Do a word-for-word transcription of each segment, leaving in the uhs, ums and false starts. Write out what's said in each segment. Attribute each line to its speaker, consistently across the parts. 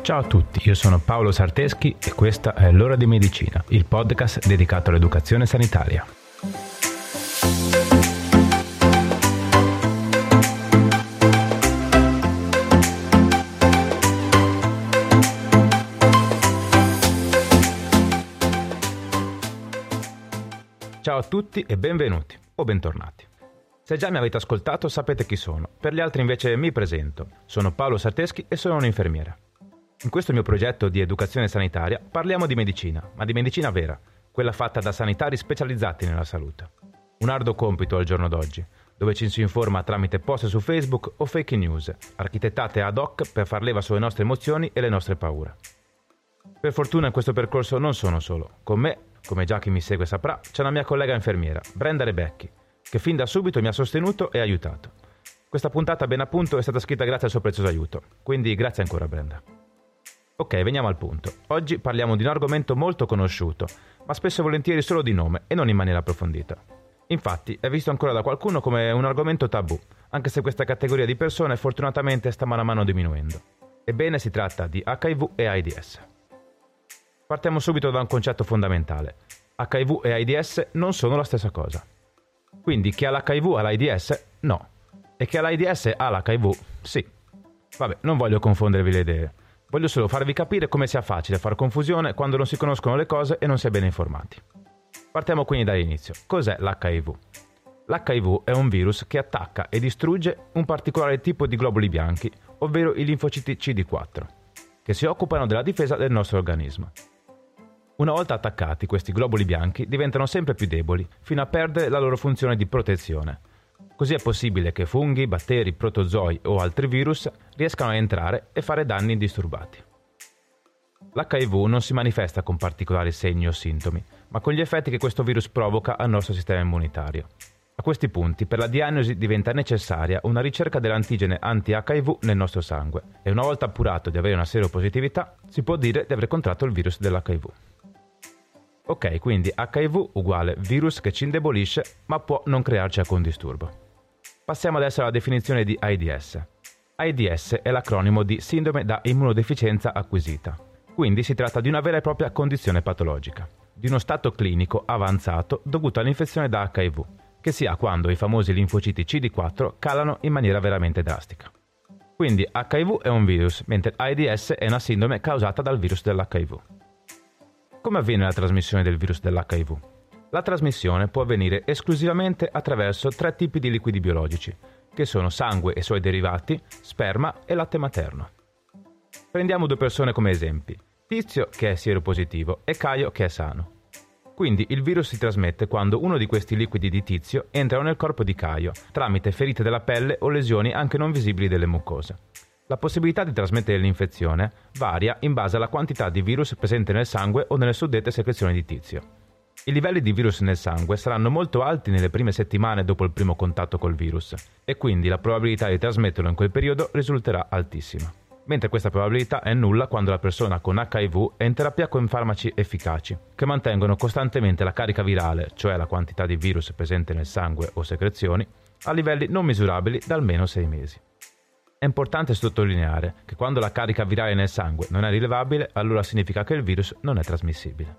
Speaker 1: Ciao a tutti, io sono Paolo Sarteschi e questa è L'Ora di Medicina, il podcast dedicato all'educazione sanitaria. Ciao a tutti e benvenuti o bentornati. Se già mi avete ascoltato sapete chi sono, per gli altri invece mi presento. Sono Paolo Sarteschi e sono un'infermiera. In questo mio progetto di educazione sanitaria parliamo di medicina, ma di medicina vera, quella fatta da sanitari specializzati nella salute. Un arduo compito al giorno d'oggi, dove ci si informa tramite post su Facebook o fake news, architettate ad hoc per far leva sulle nostre emozioni e le nostre paure. Per fortuna in questo percorso non sono solo. Con me, come già chi mi segue saprà, c'è una mia collega infermiera, Brenda Rebecchi, che fin da subito mi ha sostenuto e aiutato. Questa puntata, ben appunto, è stata scritta grazie al suo prezioso aiuto, quindi grazie ancora Brenda. Ok, veniamo al punto. Oggi parliamo di un argomento molto conosciuto, ma spesso e volentieri solo di nome e non in maniera approfondita. Infatti, è visto ancora da qualcuno come un argomento tabù, anche se questa categoria di persone fortunatamente sta mano a mano diminuendo. Ebbene, si tratta di acca i vu e AIDS. Partiamo subito da un concetto fondamentale. acca i vu e AIDS non sono la stessa cosa. Quindi chi ha l'acca i vu ha l'AIDS? No. E chi ha l'AIDS ha l'acca i vu? Sì. Vabbè, non voglio confondervi le idee. Voglio solo farvi capire come sia facile far confusione quando non si conoscono le cose e non si è bene informati. Partiamo quindi dall'inizio. Cos'è l'acca i vu? L'acca i vu è un virus che attacca e distrugge un particolare tipo di globuli bianchi, ovvero i linfociti C D quattro, che si occupano della difesa del nostro organismo. Una volta attaccati, questi globuli bianchi diventano sempre più deboli, fino a perdere la loro funzione di protezione. Così è possibile che funghi, batteri, protozoi o altri virus riescano a entrare e fare danni indisturbati. L'acca i vu non si manifesta con particolari segni o sintomi, ma con gli effetti che questo virus provoca al nostro sistema immunitario. A questi punti, per la diagnosi diventa necessaria una ricerca dell'antigene anti-acca i vu nel nostro sangue e una volta appurato di avere una seropositività, si può dire di aver contratto il virus dell'acca i vu. Ok, quindi acca i vu uguale virus che ci indebolisce, ma può non crearci alcun disturbo. Passiamo adesso alla definizione di AIDS. AIDS è l'acronimo di sindrome da immunodeficienza acquisita. Quindi si tratta di una vera e propria condizione patologica, di uno stato clinico avanzato dovuto all'infezione da acca i vu, che si ha quando i famosi linfociti C D quattro calano in maniera veramente drastica. Quindi acca i vu è un virus, mentre AIDS è una sindrome causata dal virus dell'acca i vu. Come avviene la trasmissione del virus dell'acca i vu? La trasmissione può avvenire esclusivamente attraverso tre tipi di liquidi biologici, che sono sangue e suoi derivati, sperma e latte materno. Prendiamo due persone come esempi, Tizio che è sieropositivo e Caio che è sano. Quindi il virus si trasmette quando uno di questi liquidi di Tizio entra nel corpo di Caio, tramite ferite della pelle o lesioni anche non visibili delle mucose. La possibilità di trasmettere l'infezione varia in base alla quantità di virus presente nel sangue o nelle suddette secrezioni di Tizio. I livelli di virus nel sangue saranno molto alti nelle prime settimane dopo il primo contatto col virus e quindi la probabilità di trasmetterlo in quel periodo risulterà altissima. Mentre questa probabilità è nulla quando la persona con acca i vu è in terapia con farmaci efficaci, che mantengono costantemente la carica virale, cioè la quantità di virus presente nel sangue o secrezioni, a livelli non misurabili da almeno sei mesi. È importante sottolineare che quando la carica virale nel sangue non è rilevabile, allora significa che il virus non è trasmissibile.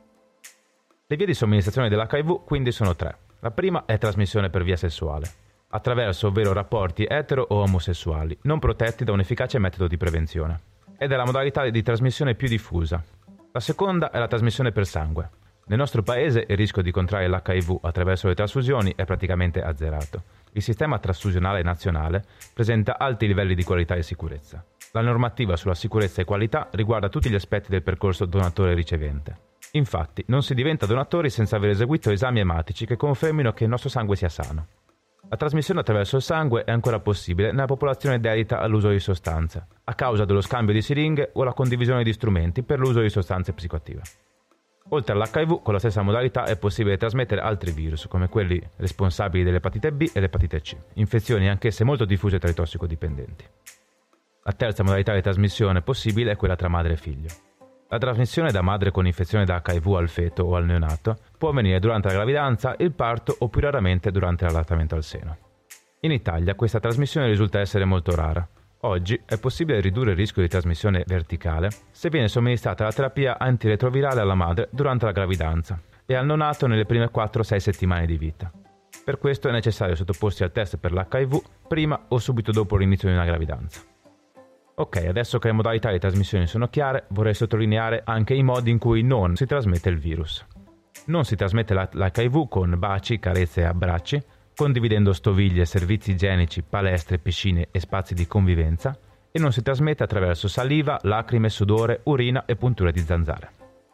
Speaker 1: Le vie di somministrazione dell'acca i vu quindi sono tre. La prima è trasmissione per via sessuale, attraverso ovvero rapporti etero o omosessuali, non protetti da un efficace metodo di prevenzione, ed è la modalità di trasmissione più diffusa. La seconda è la trasmissione per sangue. Nel nostro paese il rischio di contrarre l'acca i vu attraverso le trasfusioni è praticamente azzerato. Il sistema trasfusionale nazionale presenta alti livelli di qualità e sicurezza. La normativa sulla sicurezza e qualità riguarda tutti gli aspetti del percorso donatore-ricevente. Infatti, non si diventa donatori senza aver eseguito esami ematici che confermino che il nostro sangue sia sano. La trasmissione attraverso il sangue è ancora possibile nella popolazione dedita all'uso di sostanze, a causa dello scambio di siringhe o la condivisione di strumenti per l'uso di sostanze psicoattive. Oltre all'acca i vu, con la stessa modalità è possibile trasmettere altri virus, come quelli responsabili dell'epatite B e l'epatite C, infezioni anch'esse molto diffuse tra i tossicodipendenti. La terza modalità di trasmissione possibile è quella tra madre e figlio. La trasmissione da madre con infezione da acca i vu al feto o al neonato può avvenire durante la gravidanza, il parto o più raramente durante l'allattamento al seno. In Italia questa trasmissione risulta essere molto rara, Oggi è possibile ridurre il rischio di trasmissione verticale se viene somministrata la terapia antiretrovirale alla madre durante la gravidanza e al neonato nelle prime quattro sei settimane di vita. Per questo è necessario sottoporsi al test per l'H I V prima o subito dopo l'inizio di una gravidanza. Ok, adesso che le modalità di trasmissione sono chiare, vorrei sottolineare anche i modi in cui non si trasmette il virus. Non si trasmette l'H I V con baci, carezze e abbracci, condividendo stoviglie, servizi igienici, palestre, piscine e spazi di convivenza, e non si trasmette attraverso saliva, lacrime, sudore, urina e punture di zanzare.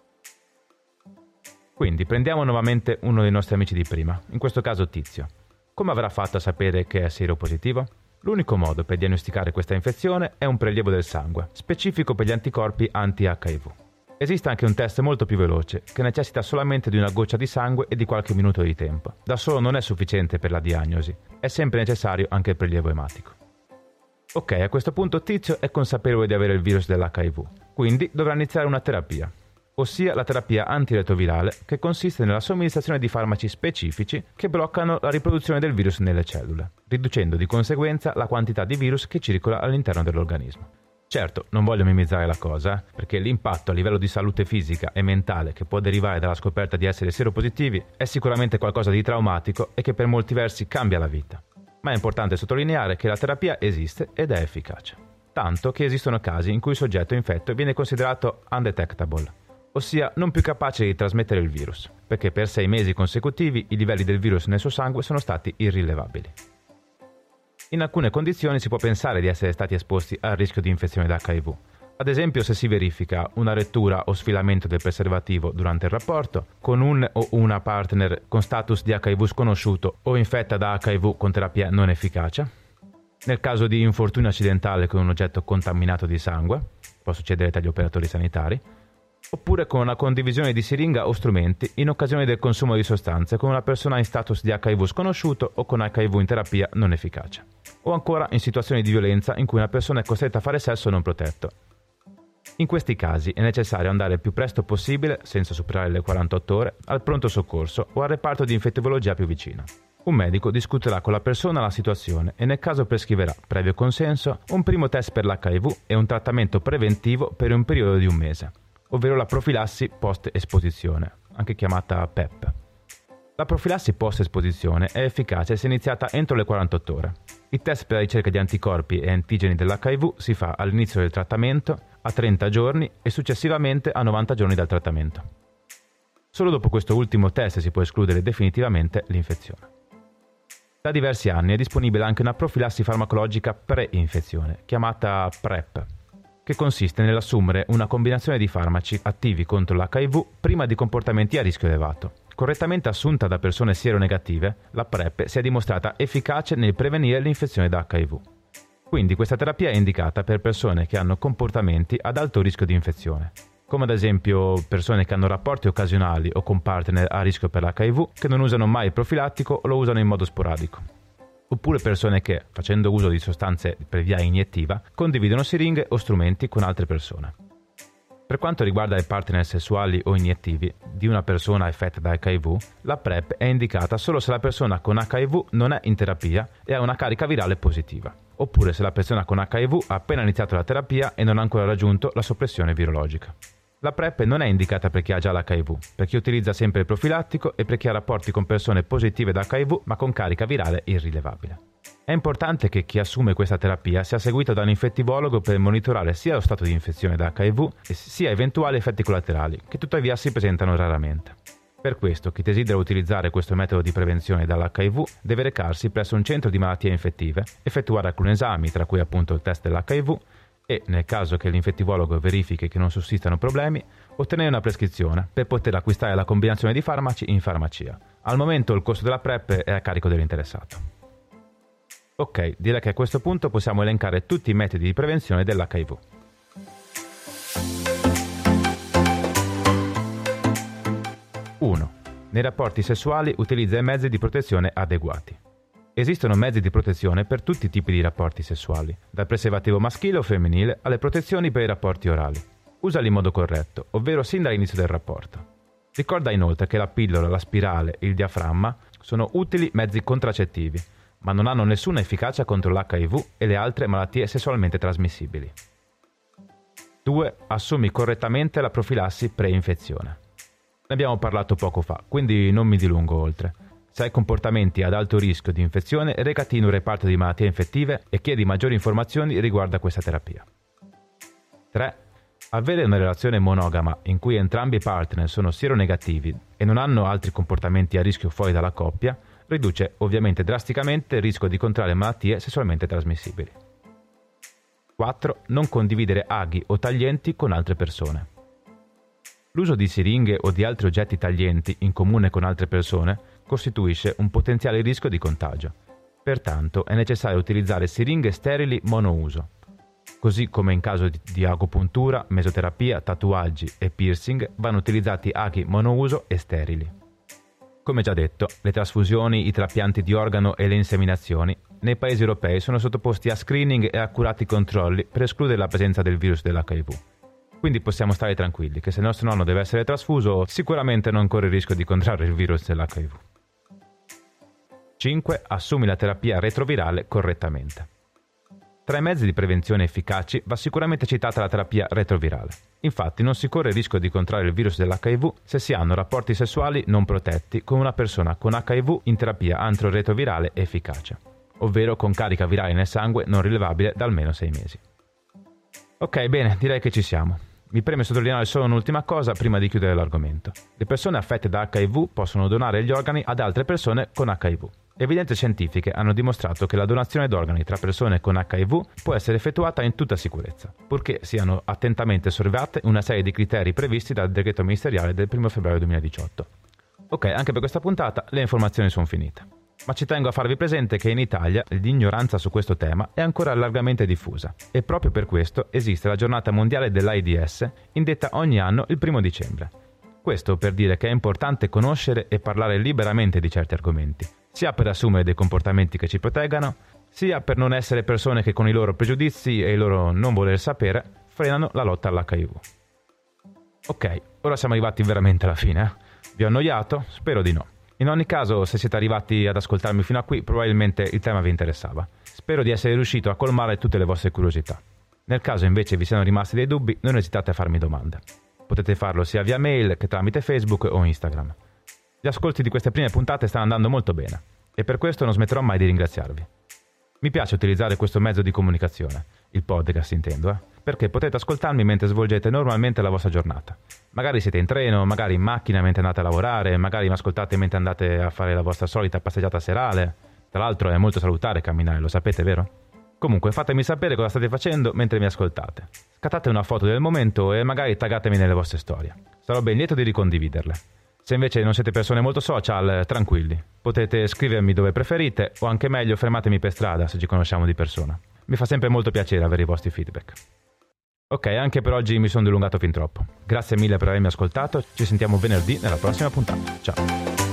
Speaker 1: Quindi prendiamo nuovamente uno dei nostri amici di prima, in questo caso Tizio. Come avrà fatto a sapere che è seropositivo? L'unico modo per diagnosticare questa infezione è un prelievo del sangue, specifico per gli anticorpi anti-H I V. Esiste anche un test molto più veloce, che necessita solamente di una goccia di sangue e di qualche minuto di tempo. Da solo non è sufficiente per la diagnosi, è sempre necessario anche il prelievo ematico. Ok, a questo punto Tizio è consapevole di avere il virus dell'H I V, quindi dovrà iniziare una terapia, ossia la terapia antiretrovirale, che consiste nella somministrazione di farmaci specifici che bloccano la riproduzione del virus nelle cellule, riducendo di conseguenza la quantità di virus che circola all'interno dell'organismo. Certo, non voglio minimizzare la cosa, eh, perché l'impatto a livello di salute fisica e mentale che può derivare dalla scoperta di essere seropositivi è sicuramente qualcosa di traumatico e che per molti versi cambia la vita. Ma è importante sottolineare che la terapia esiste ed è efficace. Tanto che esistono casi in cui il soggetto infetto viene considerato undetectable, ossia non più capace di trasmettere il virus, perché per sei mesi consecutivi i livelli del virus nel suo sangue sono stati irrilevabili. In alcune condizioni si può pensare di essere stati esposti al rischio di infezione da H I V. Ad esempio se si verifica una rettura o sfilamento del preservativo durante il rapporto, con un o una partner con status di H I V sconosciuto o infetta da H I V con terapia non efficace, nel caso di infortunio accidentale con un oggetto contaminato di sangue, può succedere tra gli operatori sanitari, oppure con una condivisione di siringa o strumenti in occasione del consumo di sostanze con una persona in status di H I V sconosciuto o con H I V in terapia non efficace, o ancora in situazioni di violenza in cui una persona è costretta a fare sesso non protetto. In questi casi è necessario andare il più presto possibile, senza superare le quarantotto ore, al pronto soccorso o al reparto di infettivologia più vicino. Un medico discuterà con la persona la situazione e nel caso prescriverà, previo consenso, un primo test per l'H I V e un trattamento preventivo per un periodo di un mese, ovvero la profilassi post-esposizione, anche chiamata P E P. La profilassi post-esposizione è efficace se iniziata entro le quarantotto ore. Il test per la ricerca di anticorpi e antigeni dell'H I V si fa all'inizio del trattamento, a trenta giorni e successivamente a novanta giorni dal trattamento. Solo dopo questo ultimo test si può escludere definitivamente l'infezione. Da diversi anni è disponibile anche una profilassi farmacologica pre-infezione, chiamata PrEP, che consiste nell'assumere una combinazione di farmaci attivi contro l'H I V prima di comportamenti a rischio elevato. Correttamente assunta da persone sieronegative, la PrEP si è dimostrata efficace nel prevenire l'infezione da H I V. Quindi questa terapia è indicata per persone che hanno comportamenti ad alto rischio di infezione, come ad esempio persone che hanno rapporti occasionali o con partner a rischio per l'H I V che non usano mai il profilattico o lo usano in modo sporadico. Oppure persone che, facendo uso di sostanze per via iniettiva, condividono siringhe o strumenti con altre persone. Per quanto riguarda i partner sessuali o iniettivi di una persona affetta da H I V, la PrEP è indicata solo se la persona con H I V non è in terapia e ha una carica virale positiva, oppure se la persona con H I V ha appena iniziato la terapia e non ha ancora raggiunto la soppressione virologica. La PrEP non è indicata per chi ha già l'H I V, per chi utilizza sempre il profilattico e per chi ha rapporti con persone positive da H I V ma con carica virale irrilevabile. È importante che chi assume questa terapia sia seguito da un infettivologo per monitorare sia lo stato di infezione da H I V sia eventuali effetti collaterali, che tuttavia si presentano raramente. Per questo, chi desidera utilizzare questo metodo di prevenzione dall'H I V deve recarsi presso un centro di malattie infettive, effettuare alcuni esami, tra cui appunto il test dell'H I V, e, nel caso che l'infettivologo verifichi che non sussistano problemi, ottenere una prescrizione per poter acquistare la combinazione di farmaci in farmacia. Al momento il costo della PrEP è a carico dell'interessato. Ok, direi che a questo punto possiamo elencare tutti i metodi di prevenzione dell'H I V. uno. Nei rapporti sessuali utilizza i mezzi di protezione adeguati. Esistono mezzi di protezione per tutti i tipi di rapporti sessuali, dal preservativo maschile o femminile alle protezioni per i rapporti orali. Usali in modo corretto, ovvero sin dall'inizio del rapporto. Ricorda inoltre che la pillola, la spirale e il diaframma sono utili mezzi contraccettivi, ma non hanno nessuna efficacia contro l'H I V e le altre malattie sessualmente trasmissibili. due. Assumi correttamente la profilassi pre-infezione. Ne abbiamo parlato poco fa, quindi non mi dilungo oltre. Se hai comportamenti ad alto rischio di infezione, recati in un reparto di malattie infettive e chiedi maggiori informazioni riguardo a questa terapia. tre. Avere una relazione monogama in cui entrambi i partner sono sieronegativi e non hanno altri comportamenti a rischio fuori dalla coppia riduce ovviamente drasticamente il rischio di contrarre malattie sessualmente trasmissibili. quattro. Non condividere aghi o taglienti con altre persone. L'uso di siringhe o di altri oggetti taglienti in comune con altre persone costituisce un potenziale rischio di contagio. Pertanto è necessario utilizzare siringhe sterili monouso. Così come in caso di agopuntura, mesoterapia, tatuaggi e piercing vanno utilizzati aghi monouso e sterili. Come già detto, le trasfusioni, i trapianti di organo e le inseminazioni nei paesi europei sono sottoposti a screening e accurati controlli per escludere la presenza del virus dell'H I V. Quindi possiamo stare tranquilli che se il nostro nonno deve essere trasfuso, sicuramente non corre il rischio di contrarre il virus dell'H I V. cinque. Assumi la terapia retrovirale correttamente. Tra i mezzi di prevenzione efficaci va sicuramente citata la terapia retrovirale. Infatti non si corre il rischio di contrarre il virus dell'H I V se si hanno rapporti sessuali non protetti con una persona con H I V in terapia antiretrovirale efficace, ovvero con carica virale nel sangue non rilevabile da almeno sei mesi. Ok, bene, direi che ci siamo. Mi preme sottolineare solo un'ultima cosa prima di chiudere l'argomento. Le persone affette da H I V possono donare gli organi ad altre persone con H I V. Evidenze scientifiche hanno dimostrato che la donazione d'organi tra persone con H I V può essere effettuata in tutta sicurezza, purché siano attentamente osservate una serie di criteri previsti dal decreto ministeriale del primo febbraio duemiladiciotto. Ok, anche per questa puntata le informazioni sono finite. Ma ci tengo a farvi presente che in Italia l'ignoranza su questo tema è ancora largamente diffusa e proprio per questo esiste la giornata mondiale dell'AIDS indetta ogni anno il primo dicembre. Questo per dire che è importante conoscere e parlare liberamente di certi argomenti, sia per assumere dei comportamenti che ci proteggano, sia per non essere persone che con i loro pregiudizi e il loro non voler sapere frenano la lotta all'H I V. Ok, ora siamo arrivati veramente alla fine. Eh? Vi ho annoiato? Spero di no. In ogni caso, se siete arrivati ad ascoltarmi fino a qui, probabilmente il tema vi interessava. Spero di essere riuscito a colmare tutte le vostre curiosità. Nel caso invece vi siano rimasti dei dubbi, non esitate a farmi domande. Potete farlo sia via mail che tramite Facebook o Instagram. Gli ascolti di queste prime puntate stanno andando molto bene e per questo non smetterò mai di ringraziarvi. Mi piace utilizzare questo mezzo di comunicazione, il podcast intendo, eh, perché potete ascoltarmi mentre svolgete normalmente la vostra giornata. Magari siete in treno, magari in macchina mentre andate a lavorare, magari mi ascoltate mentre andate a fare la vostra solita passeggiata serale. Tra l'altro è molto salutare camminare, lo sapete, vero? Comunque fatemi sapere cosa state facendo mentre mi ascoltate. Scattate una foto del momento e magari taggatemi nelle vostre storie. Sarò ben lieto di ricondividerle. Se invece non siete persone molto social, tranquilli. Potete scrivermi dove preferite o anche meglio fermatemi per strada se ci conosciamo di persona. Mi fa sempre molto piacere avere i vostri feedback. Ok, anche per oggi mi sono dilungato fin troppo. Grazie mille per avermi ascoltato, ci sentiamo venerdì nella prossima puntata. Ciao!